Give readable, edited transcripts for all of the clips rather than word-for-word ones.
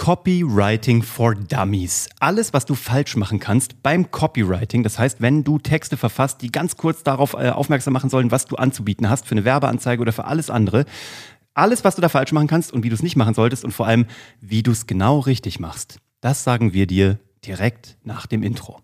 Copywriting for Dummies. Alles, was du falsch machen kannst beim Copywriting, das heißt, wenn du Texte verfasst, die ganz kurz darauf aufmerksam machen sollen, was du anzubieten hast für eine Werbeanzeige oder für alles andere. Alles, was du da falsch machen kannst und wie du es nicht machen solltest und vor allem, wie du es genau richtig machst. Das sagen wir dir direkt nach dem Intro.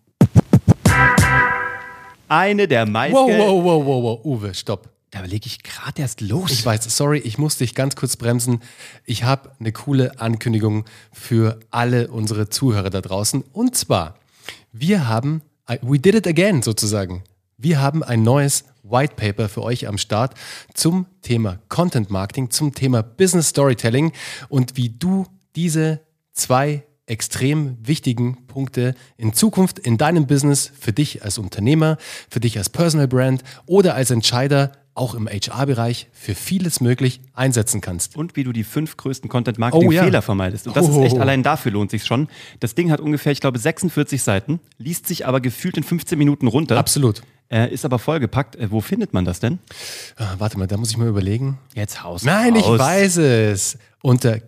Eine der meisten... Wow, Uwe, stopp. Da lege ich gerade erst los. Ich weiß, sorry, ich muss dich ganz kurz bremsen. Ich habe eine coole Ankündigung für alle unsere Zuhörer da draußen. Und zwar, we did it again sozusagen. Wir haben ein neues White Paper für euch am Start zum Thema Content Marketing, zum Thema Business Storytelling und wie du diese 2 extrem wichtigen Punkte in Zukunft in deinem Business für dich als Unternehmer, für dich als Personal Brand oder als Entscheider auch im HR-Bereich für vieles möglich einsetzen kannst. Und wie du die 5 größten Content-Marketing-Fehler vermeidest. Und das ist echt, allein dafür lohnt sich schon. Das Ding hat ungefähr, ich glaube, 46 Seiten, liest sich aber gefühlt in 15 Minuten runter. Absolut. Ist aber vollgepackt. Wo findet man das denn? Warte mal, da muss ich mal überlegen. Jetzt Haus. Nein, ich weiß es. Unter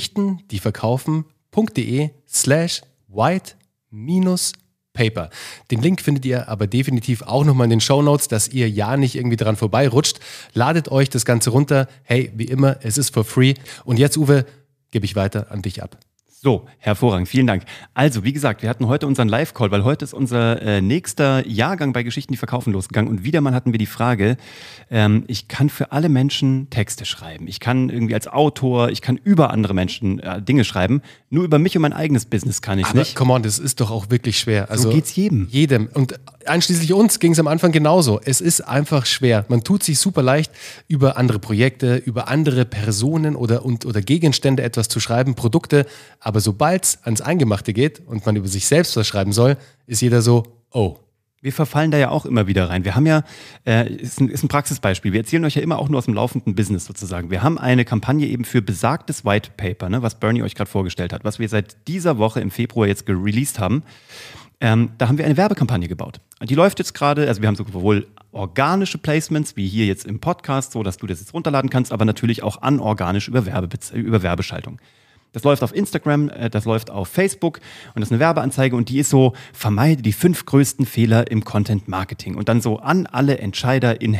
geschichtendieverkaufen.de/white-paper. Den Link findet ihr aber definitiv auch nochmal in den Shownotes, dass ihr ja nicht irgendwie dran vorbeirutscht. Ladet euch das Ganze runter. Hey, wie immer, es ist for free. Und jetzt, Uwe, gebe ich weiter an dich ab. So, hervorragend, vielen Dank. Also, wie gesagt, wir hatten heute unseren Live-Call, weil heute ist unser nächster Jahrgang bei Geschichten, die verkaufen losgegangen. Und wieder mal hatten wir die Frage, ich kann für alle Menschen Texte schreiben. Ich kann irgendwie als Autor, ich kann über andere Menschen Dinge schreiben. Nur über mich und mein eigenes Business kann ich nicht. Come on, das ist doch auch wirklich schwer. Also, so geht's jedem. Jedem. Und einschließlich uns ging es am Anfang genauso. Es ist einfach schwer. Man tut sich super leicht, über andere Projekte, über andere Personen oder Gegenstände etwas zu schreiben, Produkte. Aber sobald es ans Eingemachte geht und man über sich selbst was schreiben soll, ist jeder so, oh. Wir verfallen da ja auch immer wieder rein. Wir haben ja, ist ein Praxisbeispiel, wir erzählen euch ja immer auch nur aus dem laufenden Business sozusagen. Wir haben eine Kampagne eben für besagtes White Paper, ne, was Bernie euch gerade vorgestellt hat, was wir seit dieser Woche im Februar jetzt released haben. Da haben wir eine Werbekampagne gebaut. Die läuft jetzt gerade, also wir haben sowohl organische Placements, wie hier jetzt im Podcast, so dass du das jetzt runterladen kannst, aber natürlich auch anorganisch über Werbeschaltung. Das läuft auf Instagram, das läuft auf Facebook und das ist eine Werbeanzeige und die ist so, vermeide die 5 größten Fehler im Content Marketing und dann so an alle Entscheider in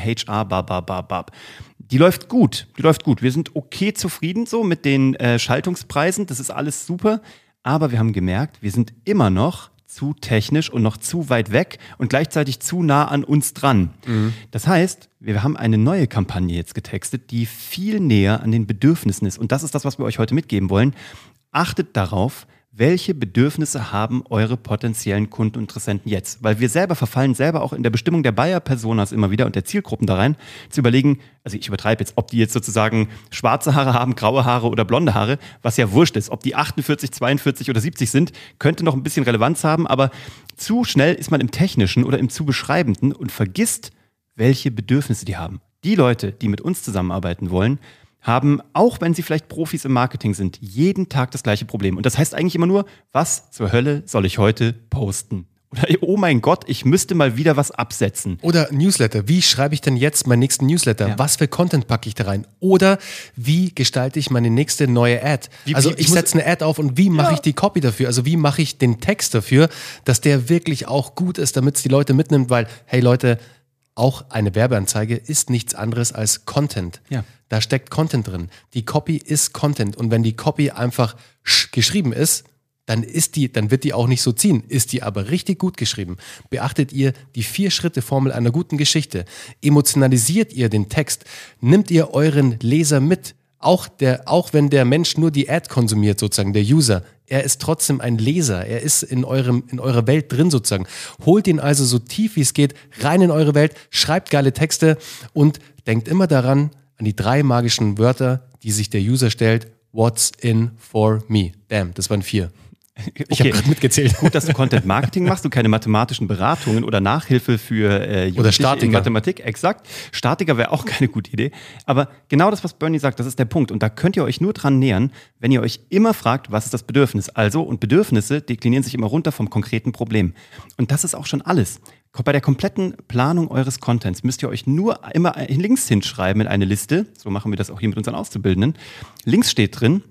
HR, Die läuft gut. Wir sind okay zufrieden so mit den Schaltungspreisen, das ist alles super, aber wir haben gemerkt, wir sind immer noch zu technisch und noch zu weit weg und gleichzeitig zu nah an uns dran. Mhm. Das heißt, wir haben eine neue Kampagne jetzt getextet, die viel näher an den Bedürfnissen ist. Und das ist das, was wir euch heute mitgeben wollen. Achtet darauf, welche Bedürfnisse haben eure potenziellen Kunden und Interessenten jetzt? Weil wir selber verfallen auch in der Bestimmung der Buyer-Personas immer wieder und der Zielgruppen da rein, zu überlegen, also ich übertreibe jetzt, ob die jetzt sozusagen schwarze Haare haben, graue Haare oder blonde Haare, was ja wurscht ist. Ob die 48, 42 oder 70 sind, könnte noch ein bisschen Relevanz haben, aber zu schnell ist man im Technischen oder im zu Beschreibenden und vergisst, welche Bedürfnisse die haben. Die Leute, die mit uns zusammenarbeiten wollen, haben, auch wenn sie vielleicht Profis im Marketing sind, jeden Tag das gleiche Problem. Und das heißt eigentlich immer nur, was zur Hölle soll ich heute posten? Oder oh mein Gott, ich müsste mal wieder was absetzen. Oder Newsletter. Wie schreibe ich denn jetzt meinen nächsten Newsletter? Ja. Was für Content packe ich da rein? Oder wie gestalte ich meine nächste neue Ad? Ich setze eine Ad auf und wie mache ich die Copy dafür? Also wie mache ich den Text dafür, dass der wirklich auch gut ist, damit es die Leute mitnimmt? Weil, hey Leute, auch eine Werbeanzeige ist nichts anderes als Content. Ja. Da steckt Content drin. Die Copy ist Content. Und wenn die Copy einfach geschrieben ist, dann wird die auch nicht so ziehen. Ist die aber richtig gut geschrieben, beachtet ihr die 4-Schritte-Formel einer guten Geschichte, emotionalisiert ihr den Text, nimmt ihr euren Leser mit, auch wenn der Mensch nur die Ad konsumiert, sozusagen, der User, er ist trotzdem ein Leser, er ist in eurer Welt drin sozusagen. Holt ihn also so tief wie es geht rein in eure Welt, schreibt geile Texte und denkt immer daran, an die 3 magischen Wörter, die sich der User stellt. What's in for me? Bam, das waren 4. Ich habe gerade mitgezählt. Gut, dass du Content Marketing machst, du keine mathematischen Beratungen oder Nachhilfe für oder Statiker. In Mathematik, exakt. Statiker wäre auch keine gute Idee. Aber genau das, was Bernie sagt, das ist der Punkt. Und da könnt ihr euch nur dran nähern, wenn ihr euch immer fragt, was ist das Bedürfnis? Also, und Bedürfnisse deklinieren sich immer runter vom konkreten Problem. Und das ist auch schon alles. Bei der kompletten Planung eures Contents müsst ihr euch nur immer links hinschreiben in eine Liste. So machen wir das auch hier mit unseren Auszubildenden. Links steht drin,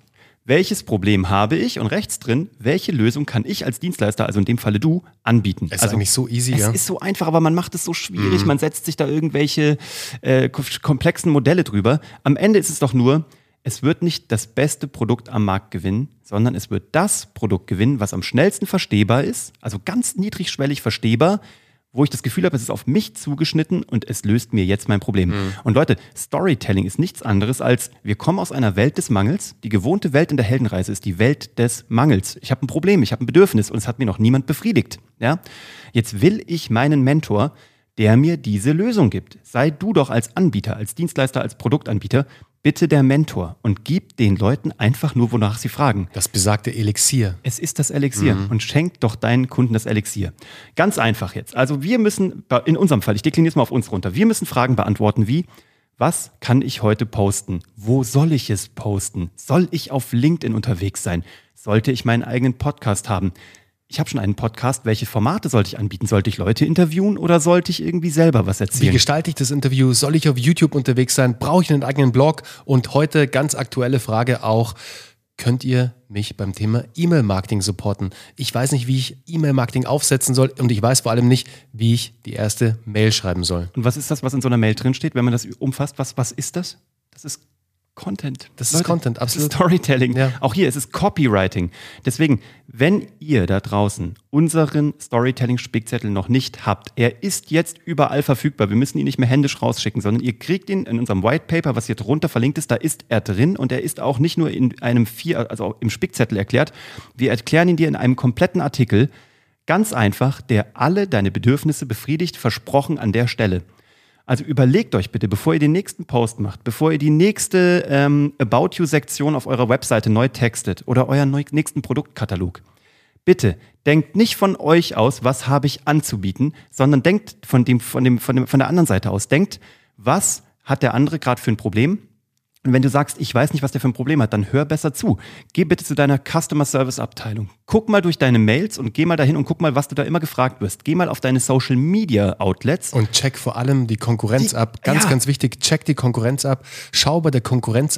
welches Problem habe ich und rechts drin, welche Lösung kann ich als Dienstleister, also in dem Falle du, anbieten. Es ist eigentlich so easy, Es ist so einfach, aber man macht es so schwierig, man setzt sich da irgendwelche komplexen Modelle drüber. Am Ende ist es doch nur, es wird nicht das beste Produkt am Markt gewinnen, sondern es wird das Produkt gewinnen, was am schnellsten verstehbar ist, also ganz niedrigschwellig verstehbar, wo ich das Gefühl habe, es ist auf mich zugeschnitten und es löst mir jetzt mein Problem. Und Leute, Storytelling ist nichts anderes als, wir kommen aus einer Welt des Mangels. Die gewohnte Welt in der Heldenreise ist die Welt des Mangels. Ich habe ein Problem, ich habe ein Bedürfnis und es hat mir noch niemand befriedigt. Ja? Jetzt will ich meinen Mentor, der mir diese Lösung gibt. Sei du doch als Anbieter, als Dienstleister, als Produktanbieter bitte der Mentor und gib den Leuten einfach nur, wonach sie fragen. Das besagte Elixier. Es ist das Elixier und schenk doch deinen Kunden das Elixier. Ganz einfach jetzt. Also wir müssen, in unserem Fall, ich dekliniere es mal auf uns runter, wir müssen Fragen beantworten wie, was kann ich heute posten? Wo soll ich es posten? Soll ich auf LinkedIn unterwegs sein? Sollte ich meinen eigenen Podcast haben? Ich habe schon einen Podcast, welche Formate sollte ich anbieten? Sollte ich Leute interviewen oder sollte ich irgendwie selber was erzählen? Wie gestalte ich das Interview? Soll ich auf YouTube unterwegs sein? Brauche ich einen eigenen Blog? Und heute ganz aktuelle Frage auch, könnt ihr mich beim Thema E-Mail-Marketing supporten? Ich weiß nicht, wie ich E-Mail-Marketing aufsetzen soll und ich weiß vor allem nicht, wie ich die erste Mail schreiben soll. Und was ist das, was in so einer Mail drinsteht, wenn man das umfasst? Was ist das? Das ist Content. Das ist Content, absolut. Das ist Storytelling. Ja. Auch hier, es ist Copywriting. Deswegen, wenn ihr da draußen unseren Storytelling-Spickzettel noch nicht habt, er ist jetzt überall verfügbar. Wir müssen ihn nicht mehr händisch rausschicken, sondern ihr kriegt ihn in unserem White Paper, was hier drunter verlinkt ist, da ist er drin und er ist auch nicht nur in einem also im Spickzettel erklärt. Wir erklären ihn dir in einem kompletten Artikel, ganz einfach, der alle deine Bedürfnisse befriedigt, versprochen an der Stelle. Also überlegt euch bitte, bevor ihr den nächsten Post macht, bevor ihr die nächste About You-Sektion auf eurer Webseite neu textet oder euren nächsten Produktkatalog, bitte denkt nicht von euch aus, was habe ich anzubieten, sondern denkt von der anderen Seite aus. Denkt, was hat der andere gerade für ein Problem? Und wenn du sagst, ich weiß nicht, was der für ein Problem hat, dann hör besser zu. Geh bitte zu deiner Customer Service Abteilung. Guck mal durch deine Mails und geh mal dahin und guck mal, was du da immer gefragt wirst. Geh mal auf deine Social Media Outlets. Und check vor allem die Konkurrenz ab. Ganz wichtig, check die Konkurrenz ab. Schau bei der Konkurrenz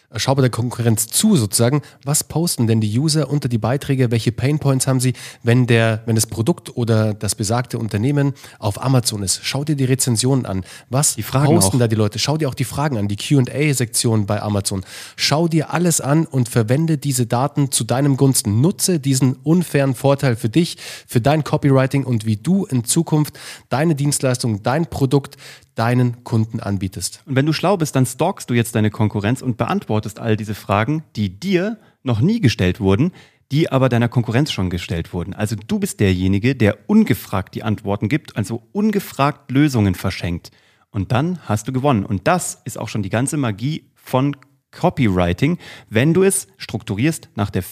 zu sozusagen. Was posten denn die User unter die Beiträge? Welche Painpoints haben sie, wenn das Produkt oder das besagte Unternehmen auf Amazon ist? Schau dir die Rezensionen an. Was die Fragen posten auch. da die Leute? Schau dir auch die Fragen an, die Q&A-Sektion bei Amazon. Schau dir alles an und verwende diese Daten zu deinem Gunsten. Nutze diesen unfairen Vorteil für dich, für dein Copywriting und wie du in Zukunft deine Dienstleistung, dein Produkt deinen Kunden anbietest. Und wenn du schlau bist, dann stalkst du jetzt deine Konkurrenz und beantwortest all diese Fragen, die dir noch nie gestellt wurden, die aber deiner Konkurrenz schon gestellt wurden. Also du bist derjenige, der ungefragt die Antworten gibt, also ungefragt Lösungen verschenkt. Und dann hast du gewonnen. Und das ist auch schon die ganze Magie von Copywriting, wenn du es strukturierst nach der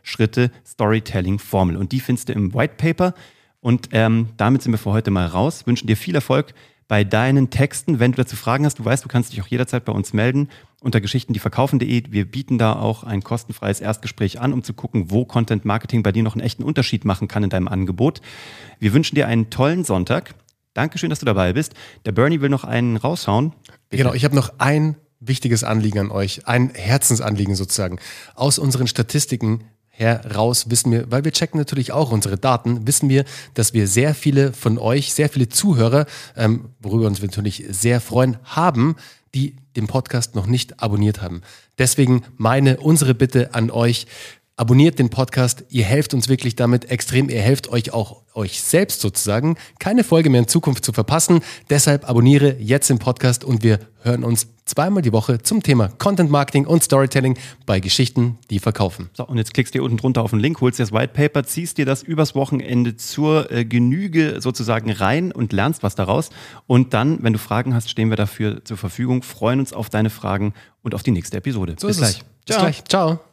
4-Schritte-Storytelling-Formel. Und die findest du im White Paper. Und damit sind wir für heute mal raus. Wünschen dir viel Erfolg bei deinen Texten. Wenn du dazu Fragen hast, du weißt, du kannst dich auch jederzeit bei uns melden unter geschichtendieverkaufen.de. Wir bieten da auch ein kostenfreies Erstgespräch an, um zu gucken, wo Content Marketing bei dir noch einen echten Unterschied machen kann in deinem Angebot. Wir wünschen dir einen tollen Sonntag. Dankeschön, dass du dabei bist. Der Bernie will noch einen raushauen. Bitte. Genau, ich habe noch ein wichtiges Anliegen an euch, ein Herzensanliegen sozusagen. Aus unseren Statistiken heraus wissen wir, weil wir checken natürlich auch unsere Daten, wissen wir, dass wir sehr viele von euch, sehr viele Zuhörer, worüber uns natürlich sehr freuen, haben, die den Podcast noch nicht abonniert haben. Deswegen unsere Bitte an euch, abonniert den Podcast, ihr helft uns wirklich damit extrem, ihr helft euch auch euch selbst sozusagen, keine Folge mehr in Zukunft zu verpassen. Deshalb abonniere jetzt den Podcast und wir hören uns zweimal die Woche zum Thema Content Marketing und Storytelling bei Geschichten, die verkaufen. So, und jetzt klickst du hier unten drunter auf den Link, holst dir das White Paper, ziehst dir das übers Wochenende zur Genüge sozusagen rein und lernst was daraus. Und dann, wenn du Fragen hast, stehen wir dafür zur Verfügung, freuen uns auf deine Fragen und auf die nächste Episode. Bis gleich. Ciao.